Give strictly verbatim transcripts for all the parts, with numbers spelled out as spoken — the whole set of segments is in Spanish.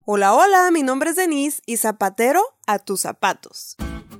Hola, hola, mi nombre es Denise y zapatero a tus zapatos.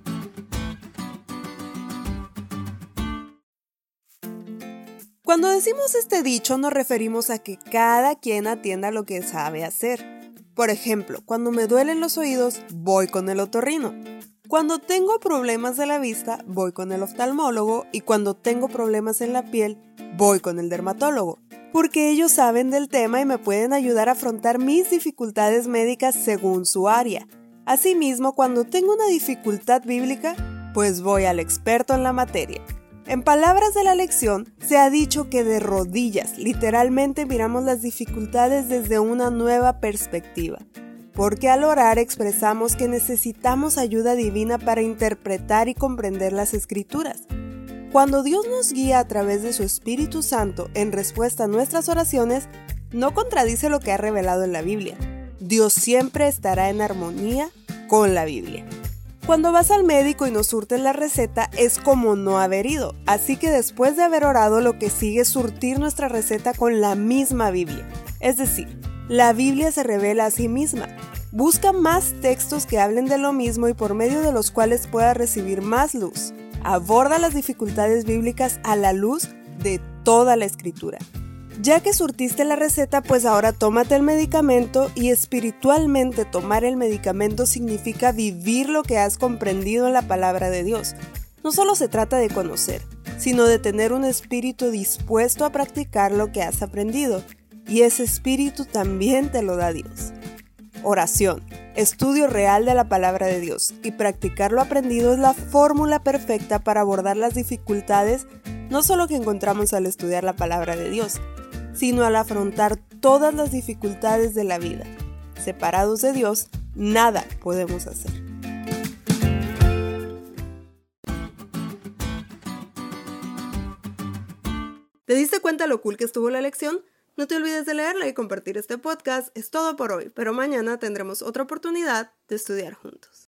Cuando decimos este dicho nos referimos a que cada quien atienda lo que sabe hacer. Por ejemplo, cuando me duelen los oídos, voy con el otorrino. Cuando tengo problemas de la vista, voy con el oftalmólogo y cuando tengo problemas en la piel, voy con el dermatólogo. Porque ellos saben del tema y me pueden ayudar a afrontar mis dificultades médicas según su área. Asimismo, cuando tengo una dificultad bíblica, pues voy al experto en la materia. En palabras de la lección, se ha dicho que de rodillas, literalmente miramos las dificultades desde una nueva perspectiva. Porque al orar expresamos que necesitamos ayuda divina para interpretar y comprender las Escrituras. Cuando Dios nos guía a través de su Espíritu Santo en respuesta a nuestras oraciones, no contradice lo que ha revelado en la Biblia. Dios siempre estará en armonía con la Biblia. Cuando vas al médico y nos surten la receta es como no haber ido, así que después de haber orado lo que sigue es surtir nuestra receta con la misma Biblia. Es decir, la Biblia se revela a sí misma. Busca más textos que hablen de lo mismo y por medio de los cuales puedas recibir más luz. Aborda las dificultades bíblicas a la luz de toda la Escritura. Ya que surtiste la receta, pues ahora tómate el medicamento y espiritualmente tomar el medicamento significa vivir lo que has comprendido en la palabra de Dios. No solo se trata de conocer, sino de tener un espíritu dispuesto a practicar lo que has aprendido, y ese espíritu también te lo da Dios. Oración, estudio real de la palabra de Dios y practicar lo aprendido es la fórmula perfecta para abordar las dificultades, no solo que encontramos al estudiar la palabra de Dios, sino al afrontar todas las dificultades de la vida. Separados de Dios, nada podemos hacer. ¿Te diste cuenta lo cool que estuvo la lección? No te olvides de leerla y compartir este podcast. Es todo por hoy, pero mañana tendremos otra oportunidad de estudiar juntos.